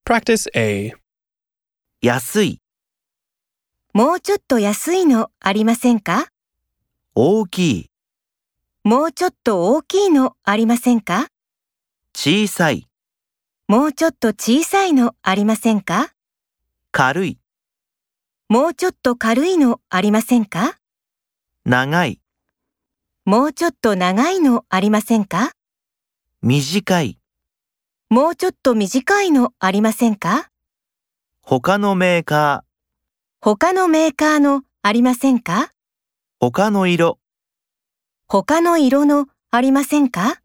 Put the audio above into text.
Practice A. 安い、 もうちょっと安いのありませんか？ 大きい、 もうちょっと大きいのありませんか？ 小さい、 もうちょっと小さいのありませんか？ 軽い、 もうちょっと軽いのありませんか？ 長い、 もうちょっと長いのありませんか？ 短い、 もうちょっと短いのありませんか？ 他のメーカー、 他のメーカーのありませんか？ 他の色。 他の色のありませんか？